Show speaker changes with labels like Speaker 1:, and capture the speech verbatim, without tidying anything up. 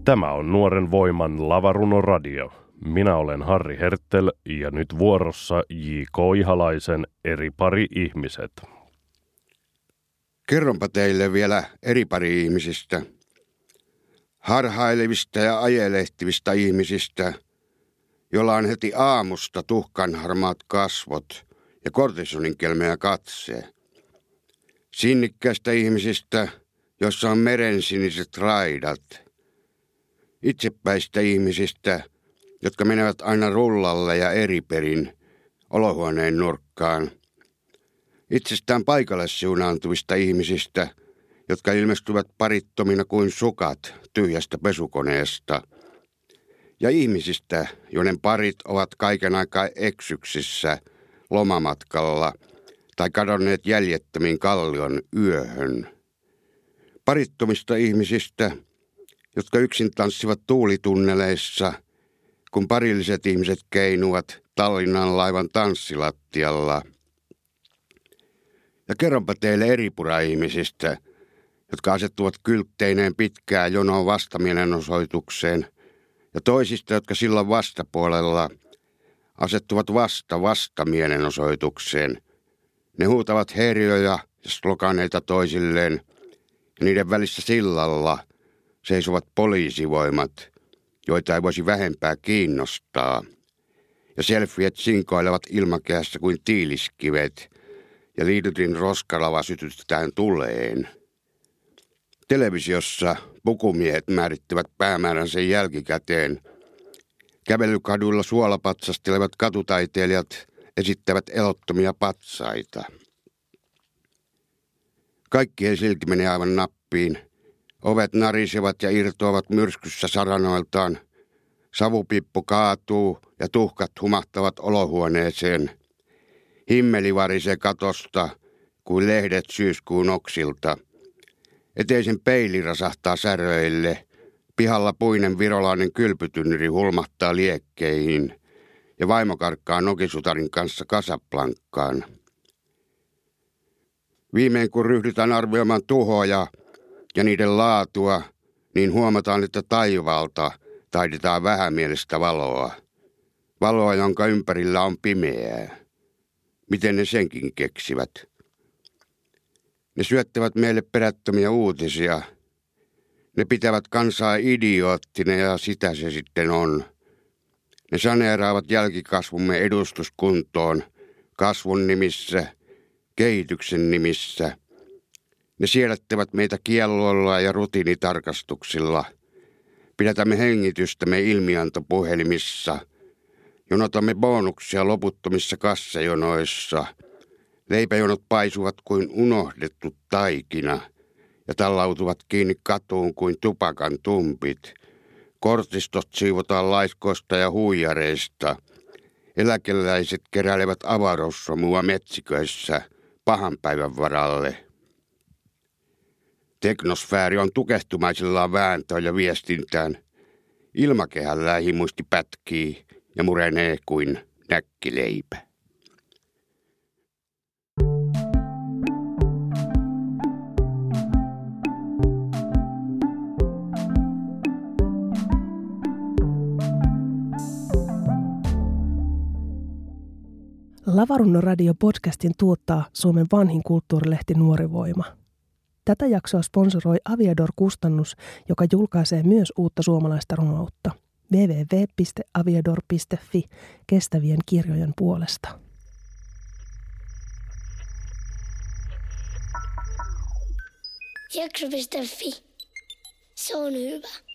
Speaker 1: Tämä on Nuoren Voiman lavarunoradio. Minä olen Harri Herttel ja nyt vuorossa J K Ihalaisen Eri pari ihmiset.
Speaker 2: Kerronpa teille vielä eri pari ihmisistä. Harhailevista ja ajelehtivista ihmisistä, joilla on heti aamusta tuhkanharmaat kasvot ja kortisoninkelmeä katse. Sinnikkäistä ihmisistä, jossa on merensiniset raidat. Itsepäistä ihmisistä, jotka menevät aina rullalle ja eri perin olohuoneen nurkkaan. Itsestään paikalle siunaantuvista ihmisistä, jotka ilmestyvät parittomina kuin sukat tyhjästä pesukoneesta. Ja ihmisistä, joiden parit ovat kaiken aikaa eksyksissä lomamatkalla tai kadonneet jäljettömiin kallion yöhön. Parittomista ihmisistä, jotka yksin tanssivat tuulitunneleissa, kun parilliset ihmiset keinuvat Tallinnan laivan tanssilattialla. Ja kerronpa teille eripura-ihmisistä, jotka asettuvat kyltteineen pitkään jonoon vastamielenosoitukseen, ja toisista, jotka silloin vastapuolella asettuvat vasta vastamielenosoitukseen. Ne huutavat herjoja ja sloganeita toisilleen, ja niiden välissä sillalla seisovat poliisivoimat, joita ei voisi vähempää kiinnostaa. Ja selfiet sinkoilevat ilmakehässä kuin tiiliskivet, ja liitytin roskalava sytytetään tuleen. Televisiossa pukumiehet määrittivät päämääränsä jälkikäteen. Kävelykaduilla suolapatsastelevat katutaiteilijat esittävät elottomia patsaita. Kaikki ei silti mene aivan nappiin. Ovet narisevat ja irtoavat myrskyssä saranoiltaan. Savupippu kaatuu ja tuhkat humahtavat olohuoneeseen. Himmeli varisee katosta kuin lehdet syyskuun oksilta. Eteisen peili rasahtaa säröille. Pihalla puinen virolainen kylpytynnyri hulmahtaa liekkeihin. Ja vaimo karkkaa nokisutarin kanssa Kasaplankkaan. Viimein kun ryhdytään arvioimaan tuhoja ja niiden laatua, niin huomataan, että taivaalta taidetaan vähämielistä valoa. Valoa, jonka ympärillä on pimeää. Miten ne senkin keksivät? Ne syöttävät meille perättömiä uutisia. Ne pitävät kansaa idioottina ja sitä se sitten on. Ne saneeraavat jälkikasvumme edustuskuntoon kasvun nimissä, kehityksen nimissä. Ne siedättävät meitä kielloilla ja rutiinitarkastuksilla. Pidätämme hengitystämme ilmiantopuhelimissa. Jonotamme bonuksia loputtomissa kassajonoissa. Leipäjonot paisuvat kuin unohdettu taikina ja tallautuvat kiinni katuun kuin tupakan tumpit. Kortistot siivotaan laiskoista ja huijareista. Eläkeläiset keräilevät avaruussomua metsiköissä pahan päivän varalle. Teknosfääri on tukehtumaisillaan vääntöön ja viestintään. Ilmakehän lähimuisti pätkii ja murenee kuin näkkileipä.
Speaker 3: Lavarunoradio-podcastin tuottaa Suomen vanhin kulttuurilehti Nuori Voima. Tätä jaksoa sponsoroi Aviador-kustannus, joka julkaisee myös uutta suomalaista runoutta. double-u double-u double-u piste aviador piste fi kestävien kirjojen puolesta.
Speaker 4: Jakso piste fi. Se on hyvä.